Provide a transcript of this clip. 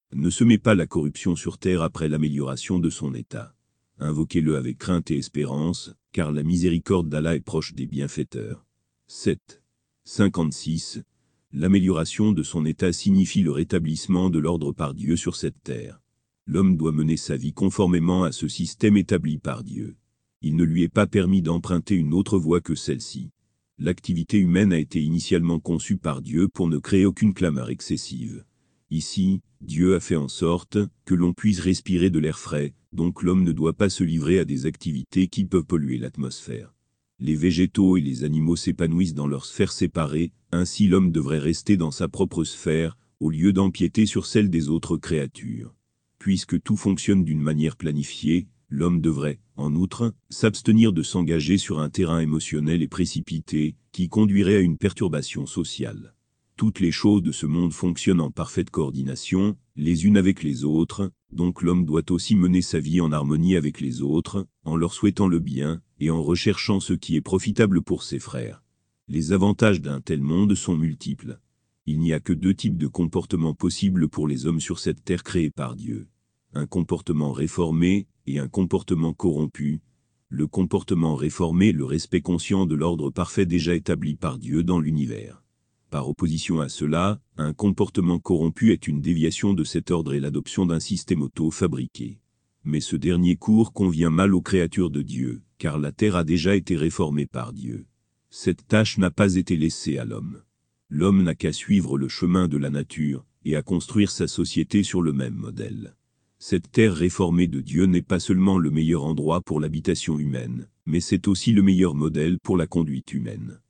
Ne semez pas la corruption sur terre après l'amélioration de son état. Invoquez-le avec crainte et espérance, car la miséricorde d'Allah est proche des bienfaiteurs. 7. 56. L'amélioration de son état signifie le rétablissement de l'ordre par Dieu sur cette terre. L'homme doit mener sa vie conformément à ce système établi par Dieu. Il ne lui est pas permis d'emprunter une autre voie que celle-ci. L'activité humaine a été initialement conçue par Dieu pour ne créer aucune clameur excessive. Ici, Dieu a fait en sorte que l'on puisse respirer de l'air frais, donc l'homme ne doit pas se livrer à des activités qui peuvent polluer l'atmosphère. Les végétaux et les animaux s'épanouissent dans leur sphère séparée, ainsi l'homme devrait rester dans sa propre sphère, au lieu d'empiéter sur celle des autres créatures. Puisque tout fonctionne d'une manière planifiée, l'homme devrait, en outre, s'abstenir de s'engager sur un terrain émotionnel et précipité, qui conduirait à une perturbation sociale. Toutes les choses de ce monde fonctionnent en parfaite coordination, les unes avec les autres, donc l'homme doit aussi mener sa vie en harmonie avec les autres, en leur souhaitant le bien, et en recherchant ce qui est profitable pour ses frères. Les avantages d'un tel monde sont multiples. Il n'y a que 2 types de comportements possibles pour les hommes sur cette terre créée par Dieu. Un comportement réformé et un comportement corrompu. Le comportement réformé est le respect conscient de l'ordre parfait déjà établi par Dieu dans l'univers. Par opposition à cela, un comportement corrompu est une déviation de cet ordre et l'adoption d'un système auto-fabriqué. Mais ce dernier cours convient mal aux créatures de Dieu, car la terre a déjà été réformée par Dieu. Cette tâche n'a pas été laissée à l'homme. L'homme n'a qu'à suivre le chemin de la nature, et à construire sa société sur le même modèle. Cette terre réformée de Dieu n'est pas seulement le meilleur endroit pour l'habitation humaine, mais c'est aussi le meilleur modèle pour la conduite humaine.